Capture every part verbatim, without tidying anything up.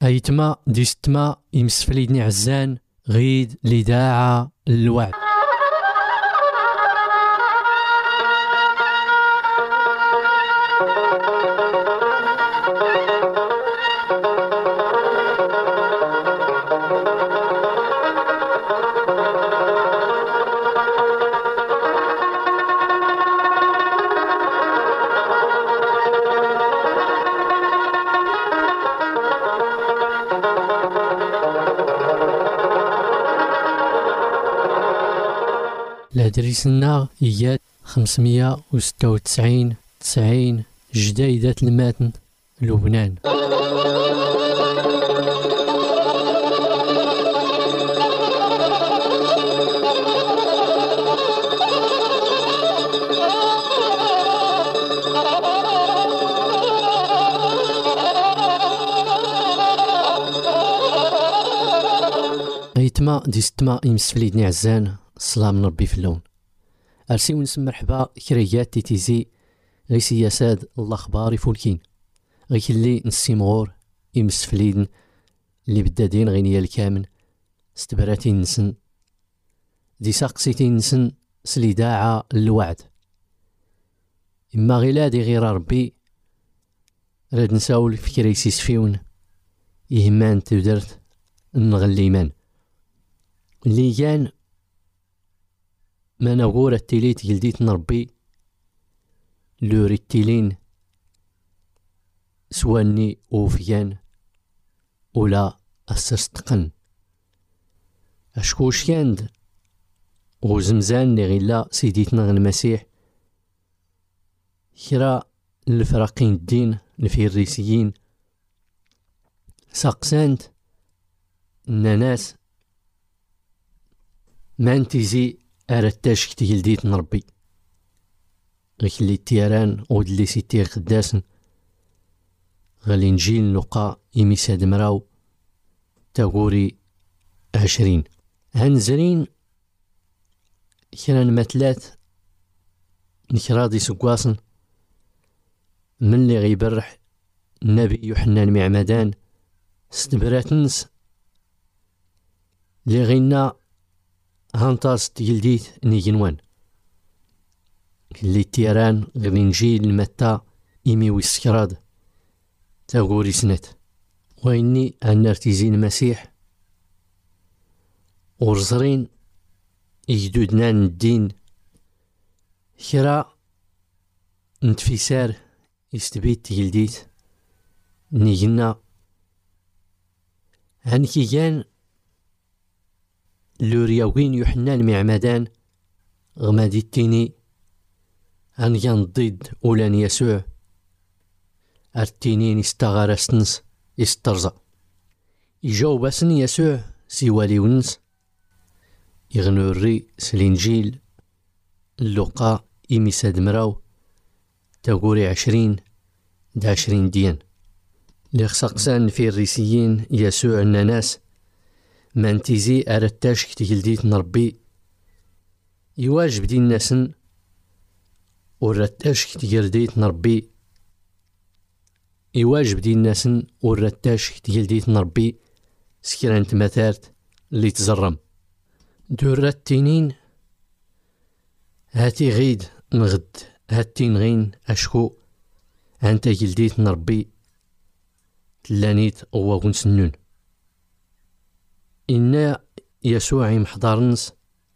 أيتما ديستما يمسفليدني عزان غيد لداعة الوعد. الهدريسنا إيات خمسمية وستة وتسعين تسعين جديدة الماتن لبنان. أيتما ديستما يمسفليدني عزان الصلاة من ربي في اللون. أرسي ونسم مرحبا كريات تيتيزي غي سياساد الله خباري فولكين غي كلي نسيمغور يمسفليدن اللي بدادين غينيا الكامن استبراتين نسن دي ساقسيتين نسن سليداعة الوعد. إما غيلادي غير ربي راد نساول في كريسيس فيون يهمان تودرت النغليمان اللي كان ما نغور التيليت جلديت نربي لوري التيلين سواني اوفيان ولا السستقن اشكوش كاند وزمزان لي غيلا سيديتنا المسيح كرا الفراقين الدين الفيريسيين ساقسانت الناس مانتيزي أرتاش كتجلديت نربي غيك اللي تيران ود اللي سيتير قداسن غالي نجيل نقا يميساد مراو تاغوري عشرين هنزرين كران متلات نكرادي سقواصن من اللي غيبرح النبي يوحنا المعمدان استبراتنس اللي غينا هانتاس تجلديت نيجنوان اللي تيران غير نجيل المتا إيمي ويسكراد تاغوري سنت وإني أن ارتزين المسيح ورزرين يجدودنان الدين كرا نتفيسار يستبيت تجلديت نيجنا هانكي جان لورياوين يوحنا المعمدان غمادي التيني هان كان ضد أولان يسوع التينين استغارستنس استرزا يجاوب اسن يسوع سيوالي ونس يغنوري سلينجيل اللقاء إميساد مراو تاغوري عشرين دا عشرين ديان لخساقسان في الريسيين يسوع الناس مانتيزي أرتاش كتجلديت نربي يواجب دين ناسن ورتاش كتجلديت نربي يواجب دين ناسن ورتاش كتجلديت نربي سكران تماثارت اللي تزرم دور التينين هاتي غيد نغد هاتين غين أشكو هانتا جلديت نربي تلانيت أواغن سنون إنا يسوع محضرنس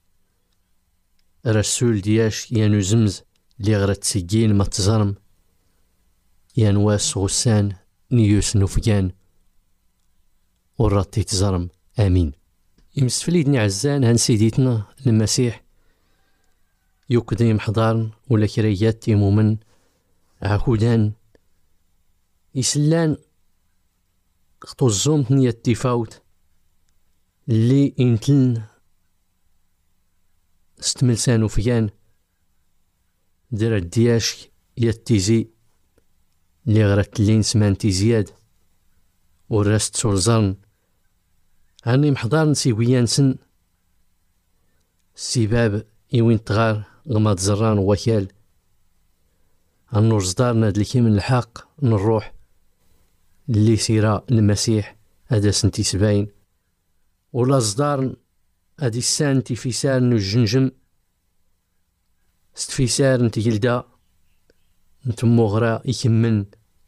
رسول دياش يانو زمز لي غرات سجين ما تزرم يانواس غسان نيوس نوفيان وراتي تزرم آمين. يمسفليدني عزان هان سيديتنا المسيح يقدم محضرن ولا كريات يمومن عهودان يسلان خطو الزومت نية التفاوت اللي انتلن ستملسان وفيان دير الدياش يتيزي اللي غرات اللين سمان تيزياد وراست سورزان هاني محضرن سيويان سن سباب يوين تغار غما تزران وكال هنرزدار نادلكي من الحق نروح اللي سيرا المسيح هذا سنتي سبعين ولا صدار هادي سانتي في سار الجنجم ست في سار نتجلدا نتمو غرا يكمن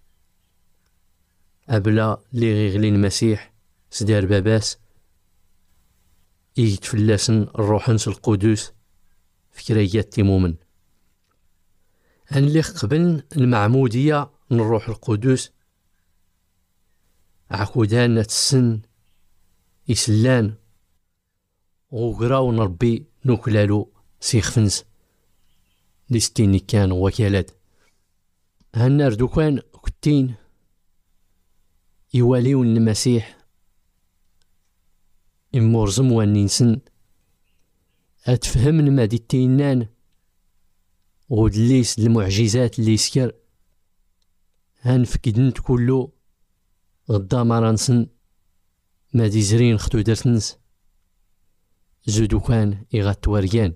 أبلا لي غيغلي المسيح سدار باباس يتفلسن الروحنس القدوس فكريات تيمومن أن اللي قبل المعمودية من الروح القدوس عقودان السن يسلان وقراو نربي نوكلالو سيخفنس لستيني كان وكالات هالنار دوكان كتين يواليون المسيح إمورزم وانينسن أتفهمن ما دي التينان ودليس المعجزات اللي سكر هنفكدنت كلو غدا مرانسن ما دي زرين ختو درتنس زودو كان إغات ورقان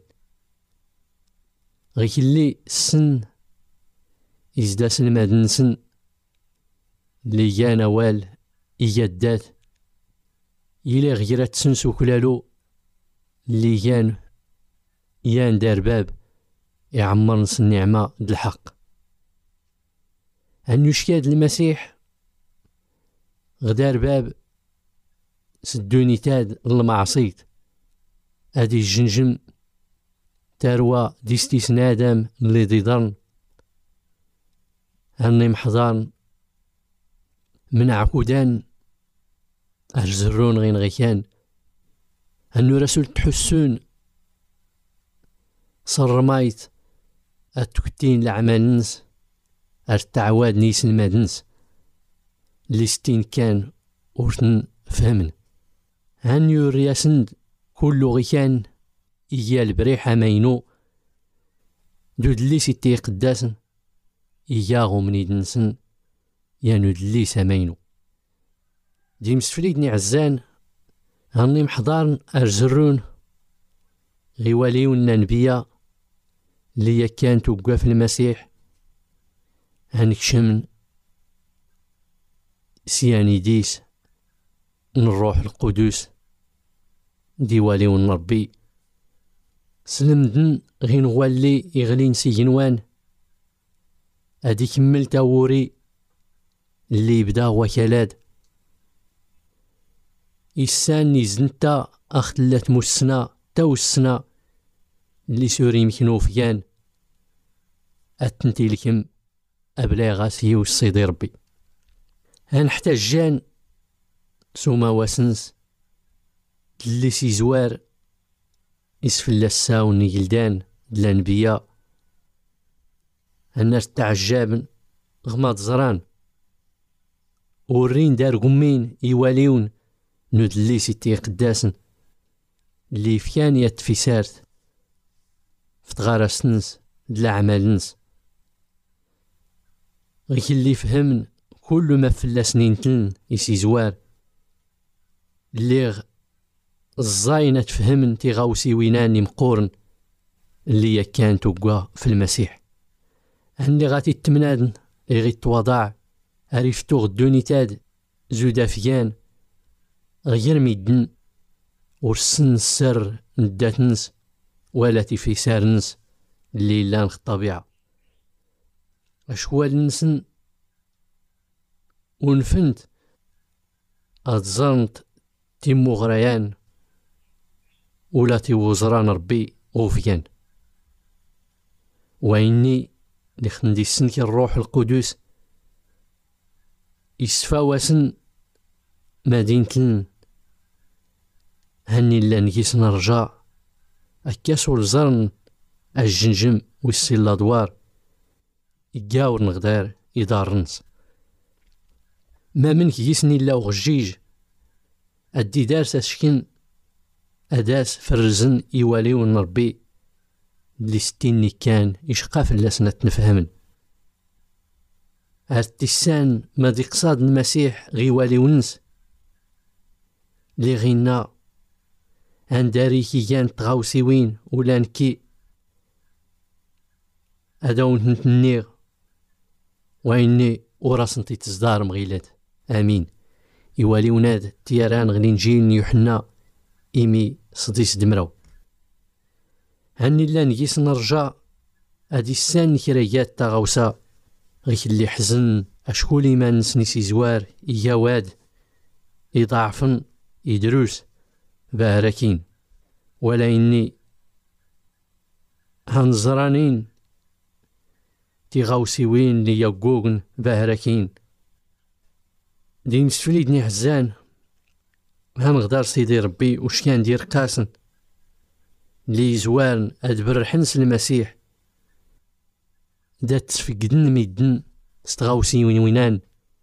غيك اللي السن إزداس المادنسن اللي جانا وال إيادات إلي غيرات سنسو كلالو اللي يان يان دار باب يعمر نص النعمة د الحق أن يشكاد المسيح غدار باب سدوني تاد المعصيت هادي الجنجم تاروا ديستيس نادم اللي ضيضرن هني محضان من عقودان أجزرون غين غيكان هنو رسول تحسون صر مايت أتكتين لعمالنس أرتعواد نيس المادنس لستين كان ورثن فهمن هنو رياسند كل غيكان إيا البريحة ماينو دود لي ستي قداسن إيا غومني دنسن يانو دلي سامينو دي مسفليدني عزان هني محضارن أرزرون غيواليون نبيا ليا كان توقع في المسيح هنكشمن سياني ديس نروح القدوس ديواليون ربي سلمدن غين غوالي يغلين سيجنوان ادي كمل تاوري اللي بدا وكالاد إسان نيزنتا أختلات موسنا تاو السنا اللي سوري مكنو فيان أتنتي لكم أبلاغاسي والصيدي ربي هنحتاج جان سوما واسنس اللي سي زوار إسفل الساون نيجلدان الأنبياء الناس تعجابن غماض زران ورين دار قمين يواليون ندلي ستي قداسن اللي فيان يتفسارت فتغارسنس دلا عمالنس غيك اللي فهمن كل ما فلا سنين تلن يسي زوار اللي الزاينة تفهمن تيغاوسي ويناني مقورن اللي كان توقع في المسيح هني غاتي التمنادن اللي غي التواضع عرفتو غدوني تاد زودا فيان غير ميدن ورسن السر نداتنس ولا تفي سارنس اللي لان الطبيعة أشوال نسن ونفنت أتزرنت تيمو غريان ولا تيوزران ربي غوفيان وإني لخندي السنك الروح القدس يسفاوسن مدينة هني اللي نقيس نرجع أكاسو الزرن الجنجم والسيلا دوار يقاور نغدار يدارنس ما منك يسني إلا وغجيج أدي دارس أشكن أداس فرزن يواليو نربي اللي ستيني كان يشقاف اللسنة نفهمن هالتسان ما دي قصاد المسيح غيوالي ونس لي غينا هنداري كي كان تغاوسيوين ولان كي أداون نتنيغ وإني وراسنتي تزدار مغيلات آمين يوالي وناد تيران غلينجيل يوحنا إيمي صديس دمرو. هاني لا نجيس نرجع أدي السان كريات تاغوسا غيك اللي حزن أشكولي ما نسنيسي زوار إياواد يضعفن يدروس باهراكين ولا إني هنزرانين تيغاوسيوين لي يقوغن باهراكين دي مسفليدني حزان هنغدار سيدي ربي وش كان دير قاسن لي زوارن أدبر حنس المسيح دات تفقدن ميدن ستغاوسي وين وينان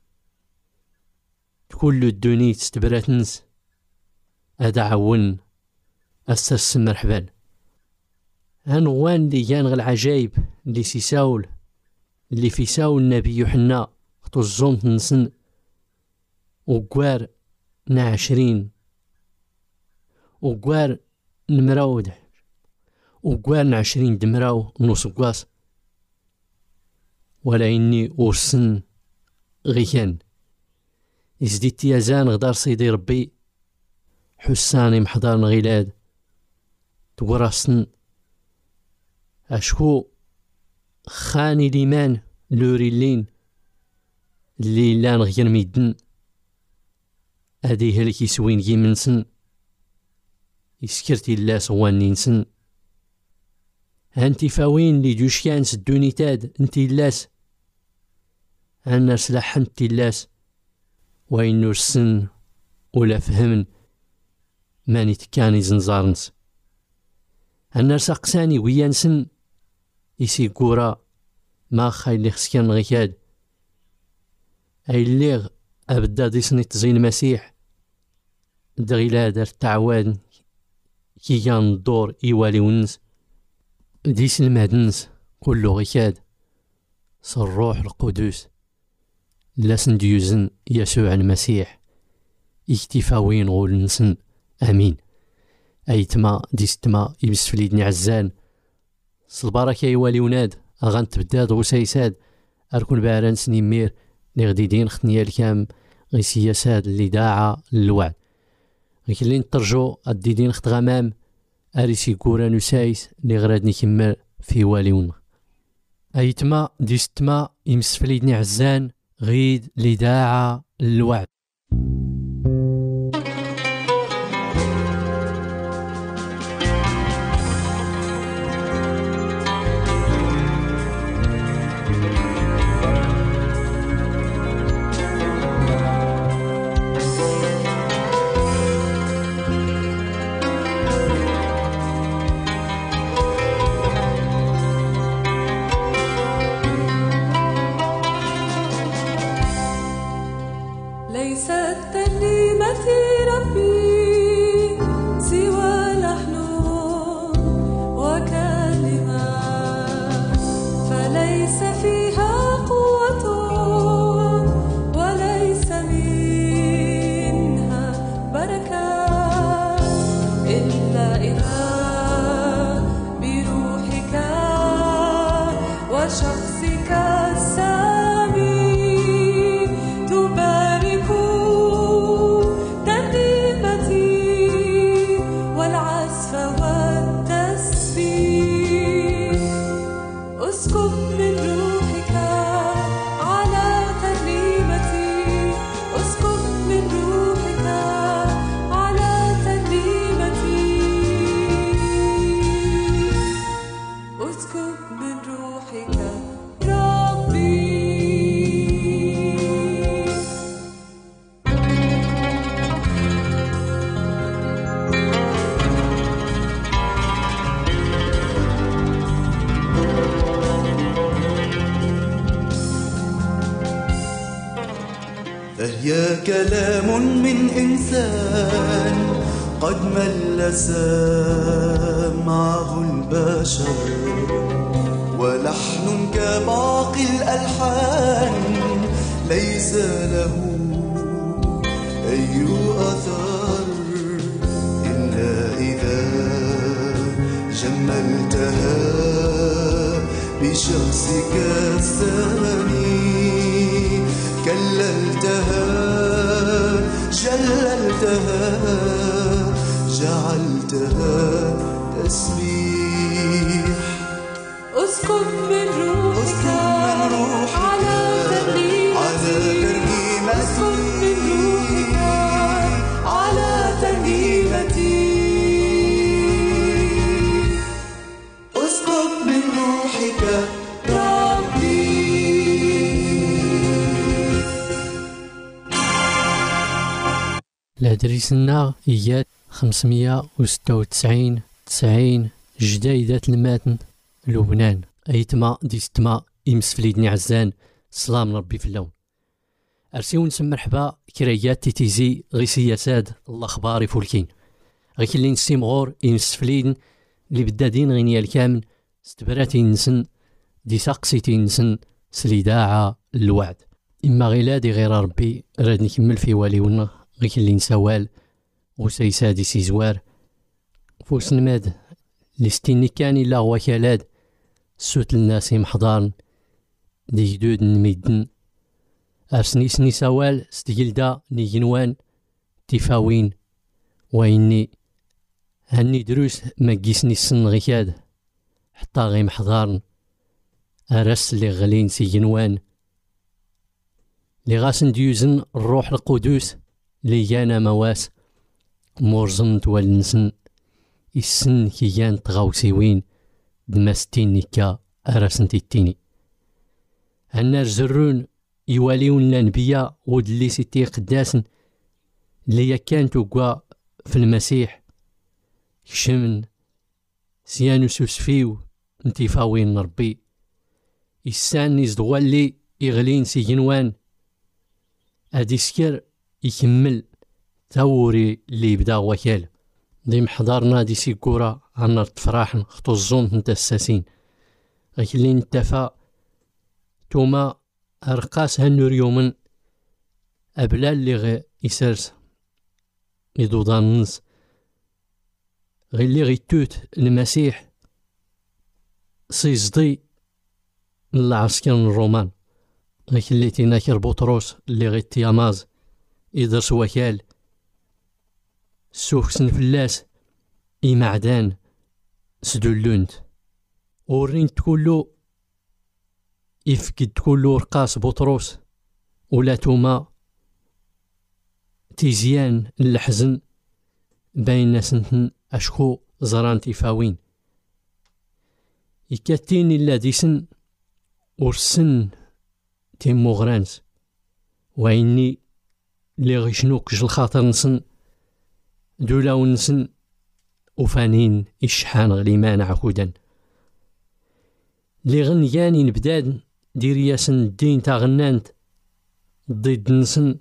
كل الدنيا تستبراتنس هذا عون أساس مرحبا. هنوان لي جان غ العجايب اللي سي ساول اللي في ساول النبي يوحنا خطو الزونت نسن وقوار نا عشرين وقوار نمراود وقوار نا عشرين دمراو نص قواس ولا إني أرسن غيان إزدي تيازان غدار سيدي ربي حساني محضر غيلاد تورسن أشكو خاني ليمان لوريلين اللي لان غير ميدن هادي هلك يسوين جي منسن يسكرتي الله سوان نينسن هانتي فاوين لي دوش كان سدوني تاد انتي اللاس هانا سلاح انتي اللاس وين نرسن ولا فهمن ماني تكاني زنزارنس هانا ساقساني ويانسن يسي قورا ما خاي اللي خسكان غيكاد اي الليغ ابدا ديسني تزين مسيح دغيلا دار تعواد كي كان الدور ايوالي ونس ديس المهدنس كله غيكاد صالروح القدوس لاسن ديوزن يسوع المسيح اكتفاوين غول نسن امين. ايتما ديستما يمسفليدني عزان صالبركة يوالي وناد اغان تبداد وسيساد اركون باران سنيمير لي غديدين ختنيا الكام غي سياسات اللي داعا للوعد غيك اللي نترجو الديدين خت غمام اريسي كوران وسايس لي غرادني كمال في واليون. ايتما ديستما يمسفليدني عزان غيد لي داعا للوعد. فهي كلام من إنسان قد مل سمعه البشر ولحن كباقي الألحان ليس له أي أثر إلا إذا جملتها بشخصك الثاني كللتها جللتها جعلتها تسبيح. اسكب من روحك على ترنيمتي، اسكب من روحك على ترنيمتي، اسكب من روحك ربي. العدريسنا إيات خمسمية وستة وتسعين تسعين جديدة الماتن لبنان. أيتما ديستما إمسفليدني عزان سلام ربي في اللون. أرسيون نسم مرحبا كريات تيتيزي غي سياساد الله خباري فولكين غي كلي نسيم غور إمسفليدن اللي بدادين غينيا الكامل ستبراتي نسن دي ساقسيتي نسن سليداعة الوعد. إما غيلادي غير ربي راد نكمل في واليونا غي كلي نسوال وسيسادي سيزوار فوس نماد لستيني كان إلا وكالاد سوت الناس محضارن دي جدود نميدن أرسني سني سوال ستجلدا نيجنوان تفاوين وإني هني دروس ما جيسني السن غيكاد حتى غي محضارن أرس اللي غلين سيجنوان لي غاسن ديوزن الروح القدوس لي جانا مواس مورزن توالنسن السن كيان تغاوسيوين دماستين نكا أرسن تيتيني النار زرون يواليون الأنبياء ودلي ستي قداسن اللي كان توقع في المسيح كشمن سيانو سوسفيو انتفاوين ربي السان نزدوالي إغلين سيجنوان أدي سكر يكمل تاوري اللي بدا وكال دي محضرنا دي سيكورا عنا تفراحن خطو الزون نتا الساسين غيكلي نتفا توما أرقاس هنور يومن أبلا اللي غي يسرس يدودان نس غي اللي غي توت المسيح سيزدي العسكر الرومان غيكلي تيناكر بطروس اللي غي تياماز يدرس وكال سوكسن فلاس اي معدان سدولونت ورين تكولو يفقد تكولو رقاس بطروس ولا توما تيزيان الحزن بين سنتن اشكو زران تيفاوين يكاتين الا ديسن ورسن تيمو غرانس وإني لي غيشنوك جل خاطر نسن دولا ونسن وفانين إشحان غليمان عكودن لي غنياني نبداد دير ياسن الدين تا غنانت ضد نسن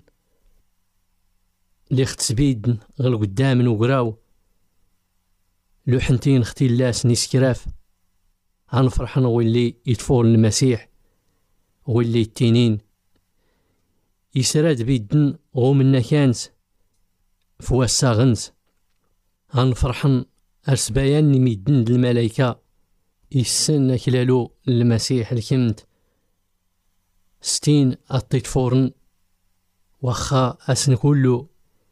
لي ختسبيد غل قدامن وقراو لوحنتين اختي اللاس نسكراف غنفرحن واللي يطفول المسيح واللي التنين يسراد بيدن غومنا كانس فواسا غنس غنفرحن أرسبايان نميدن الملايكة يسن كلالو المسيح الكمت ستين أطيت فورن وخا أسن كلو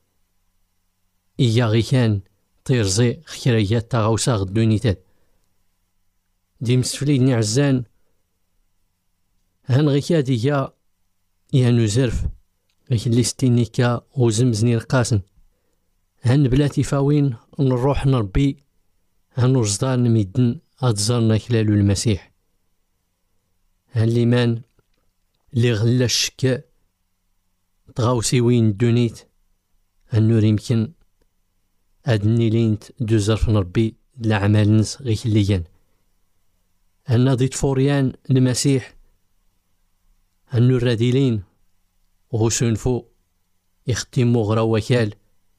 إيا غي كان طيرزي خيريات تاغوسا غدونيتات دي مسفليدني عزان هان غي كاديا يانو زرف غيك اللي ستينيكا وزمزني القاسن هان بلاتي فاوين نروح نربي هان وزدار نميدن أتزارنا كلالو المسيح هان ليمان اللي غلا الشكا تغاوسي وين دونيت هان نور يمكن أدني لينت دو زرف نربي الأعمال نس غيك اللي جان هان ضيت فوريان المسيح هان نور راديلين غوسونفو يختمو غرا وكال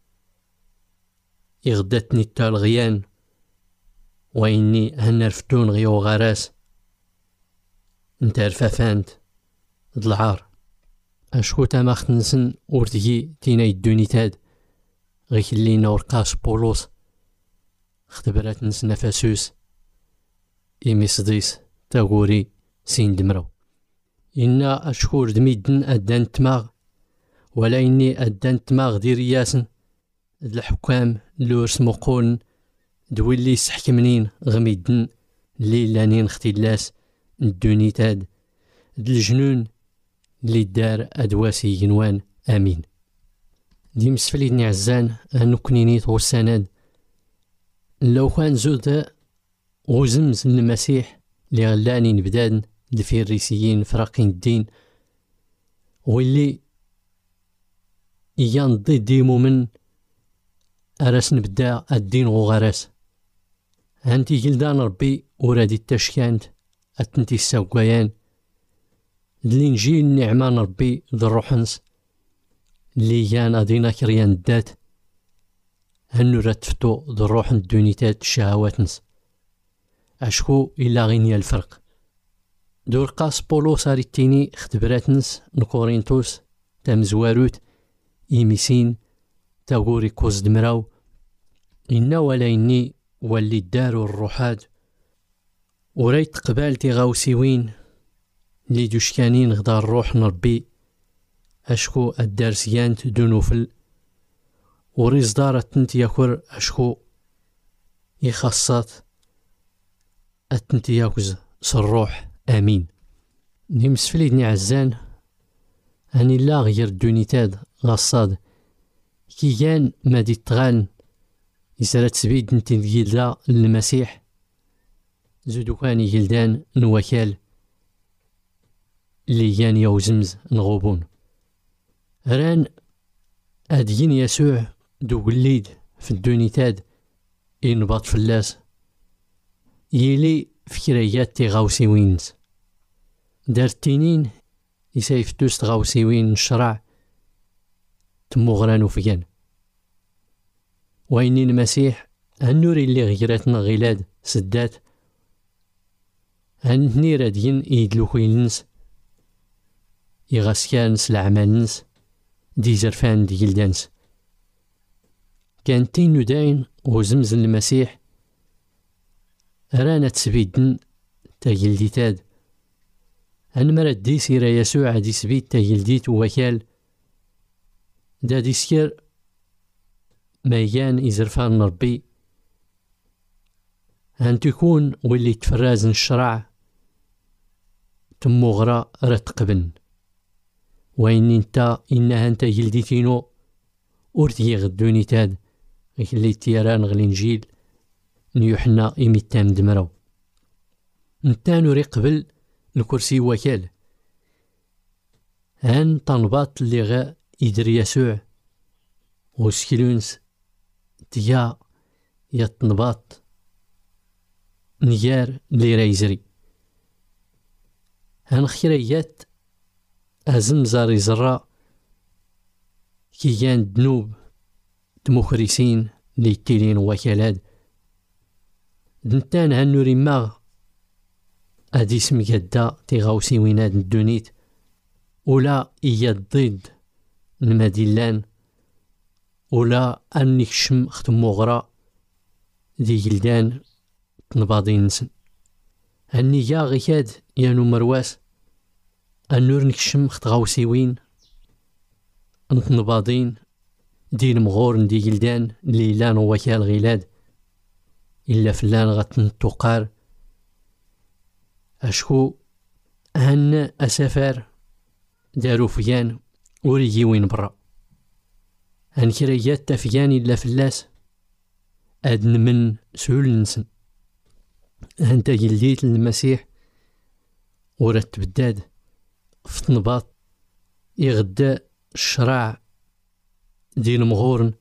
يغدتني التالغيان وإني هنرفتون غيو غراس انت رفافانت ضلعار أشكو تاماخت نسن ورتجي تينا يدونيتاد غيك اللي نورقاس بولوس اختبرات نس نفاسوس إيمي صديس تاغوري سين دمرو إنا أشكور دميدن أدان تماغ ولا إني أدان تماغ دي رياسن الحكام اللي رسمو قولن دوي اللي يسحكمنين غميدن اللي لانين اختلاس الدونيتاد الجنون اللي دار أدواسي جنوان آمين. دي مسفلي عزان أنو كنينيت والسند لو كان زود غزمز المسيح اللي غلاني نبدان الفريسيين فراقين الدين واللي إيان ضد ديمو من أراس نبدا الدين وغراس هانتي جلدان ربي ورادي التشكانت أتنتي الساقويان الإنجيل نعمان ربي ذو الروحنس اللي يان أدينا كريان الدات هنو رتفتو ذو الروحن الدونيتات الشهواتنس أشكو إلا غينيا الفرق دور قاس بولو ساري التيني اختبراتنس نكورينتوس تامزواروت إيميسين تاغوري كوز دمراو إنا ولا إني واللي دارو الروحات وريت قبالتي غاوسيوين اللي دوشكانين غدا الروح نربي أشكو الدارسيانت دونوفل وريز دارت تنتي ياكور أشكو يخصات التنتي ياكوز صروح آمين. نمس فليدني عزان أني لا غير دونيتاد غصاد كي كان ما دي تغان يسرات سبيد نتي الجلدة للمسيح زودو كان يجلدان نوكال اللي كان يوزمز نغوبون ران أدين يسوع دو قليد في الدونيتاد ينبط فلاس يلي فكريات تي غاوسيوينز دارتينين يسايفتوس تغاوسيوين الشرع تموغرانو فيان وينين المسيح النور اللي غيراتنا غيلاد سدات هنتني رادين يدلوكوينس يغسكانس العمالنس دي زرفان دي جلدانس كانتين نداين وزمزن المسيح رانا تسبيدن تا جلديتاد هنمرد دي سيرا يسوع دي سبيد تا جلديت ووكال دا دي سكر ميان إزرفان ربي هان تكون واللي تفرازن الشرع تموغرا رتقبن وين انت إنها انت جلديتينو ورتي غدوني تاد اللي تيران غلينجيل نيوحنا إميتام دمرو نتانو ريقبل الكرسي وكال هان طنبات اللي غا يدر يسوع وسكيلونس تيا يطنبات نيار لي رايزري هان خيريات أزم زاري زرا كي كان دنوب تمخرسين لي تيلين وكالاد دنتان هنوري ماغ أدي سمكدا تيغاوسي ويناد الدونيت ولا إيا الضد المدلان ولا أنك شم ختم مغرى دي جلدان تنباضين نسن هني يا غيكاد يانو مرواس النور نكشم ختغاوسيوين نتنباضين دي المغور دي جلدان اللي لان وكال غيلاد إلا فلان غتنتقار أشكو هن أسافر دارو فيان وريجي وين برا هن كريات تفيان إلا فلاس أدن من سهول نسن هن تجلديت المسيح ورت بداد في تنباط يغدا الشراع ديال المغورن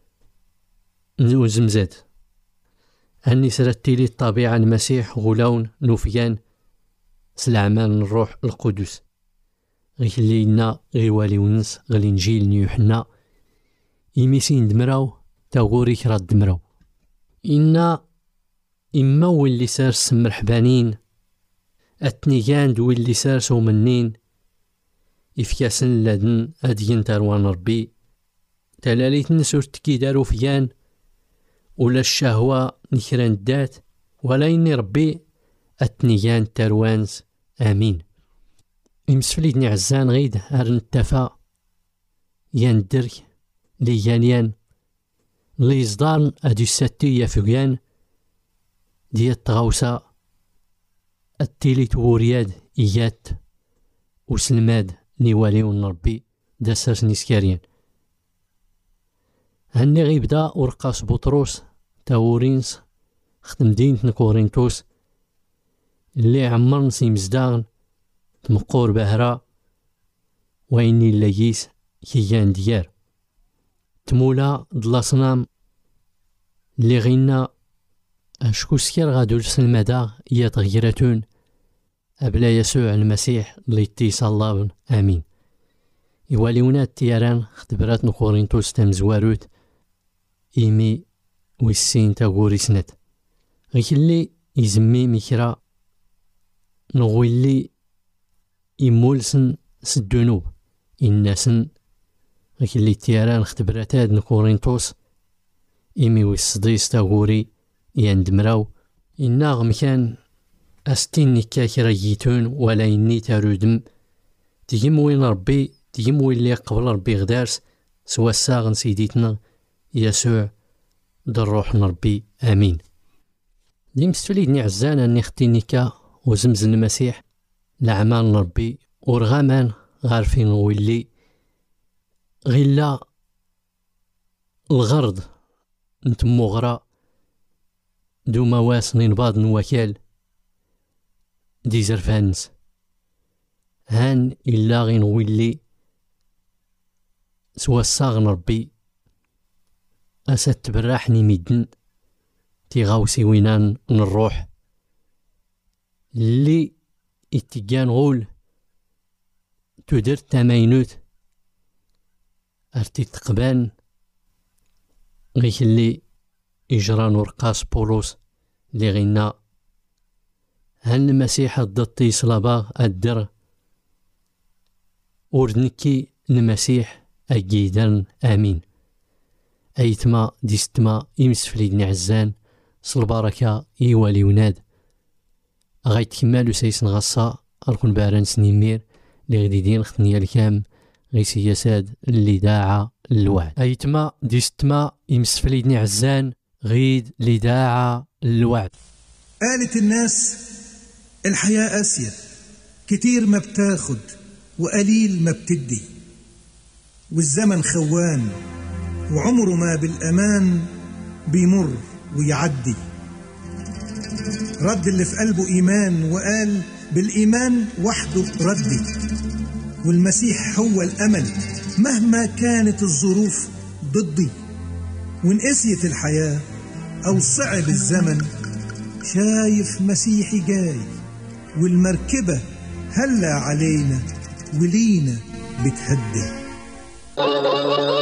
وزمزات هني سرتي لي الطبيعة المسيح غلاون نوفيان سلعمان الروح القدس غيخلينا غيوالي ونس غالإنجيل نيوحنا يميسين دمراو تاغوري كرا دمراو إنا إما واللي سار سمر حبانين أتنيجان دو اللي سار سومنين إفكاسن لدن أدين تاروان ربي تلاليت نسور تكي دارو فيان ولا الشهوة نكران دات ولا إني ربي أتنيجان تاروانز آمين. إمسفليدني عزان غيد هرن التفا يندرك لي يانيان لي يصدارن أدي الساتي يفقان دي التغوصة التيلي تورياد إيات وسلماد نيوالي ونربي داساس نسكاريان. هني غيبدا ورقاس بطروس تاورينس خدم دينة كورنثوس اللي عمرن سيمزداغن تمقور بهرا ويني لاييس كيان ديار تمولا دلاصنام اللي غينا اشكو سكير غادو لسلمادا يا تغييراتون أبلا يسوع المسيح اللي تيسا الله آمين. يواليونا التياران خدبرات نكورنثوس تمزواروت إيمي ويسين تاغوري سنت غيك اللي يزمي مكرا نغوي اللي يمولسن سدونوب إناسن غيك اللي التياران خدبرات هاد نكورنثوس إيمي ويسديس تاغوري يندمراو إنا غمكان أستيني كاكرا ييتون ولا إني تارودم تيجم وين ربي تيجم وين اللي قبل ربي غدارس سوا ساغن سيديتنا يسوع در روح ربي آمين. دي مستفليدني عزانا أني ختينيكا وزمزن المسيح لعمال ربي ورغامان غارفين ويلي غلا الغرض نتمو غرا دو مواسنين بعض نوكال دي زرفانس هان إلا غين ويلي سوا الصاغن ربي أسات تبراحني ميدن تيغاوسي وينان نروح اللي اتجان غول تدر تماينوت ارتي تقبان غيك اللي إجران ورقاس بولوس اللي غينا هل المسيح الضطي صلابا الدر وردنكي المسيح أجيدان آمين. أيتما ديستما إمسفليدني عزان صلباركا إيوالي وناد غايت كمالو سيسن غصا أركن باران سنيمير لغديدين ختنيا الكام غي سياساد اللي داعا الوعد. أيتما ديستما إمسفليدني عزان غيد اللي داعا الوعد. قالت الناس الحياة قاسية كتير ما بتاخد وقليل ما بتدي والزمن خوان وعمره ما بالأمان بيمر ويعدي. رد اللي في قلبه إيمان وقال بالإيمان وحده ردي والمسيح هو الأمل مهما كانت الظروف ضدي. وإن قسيت الحياة أو صعب الزمن شايف مسيحي جاي والمركبة هلا علينا ولينا بتهدي.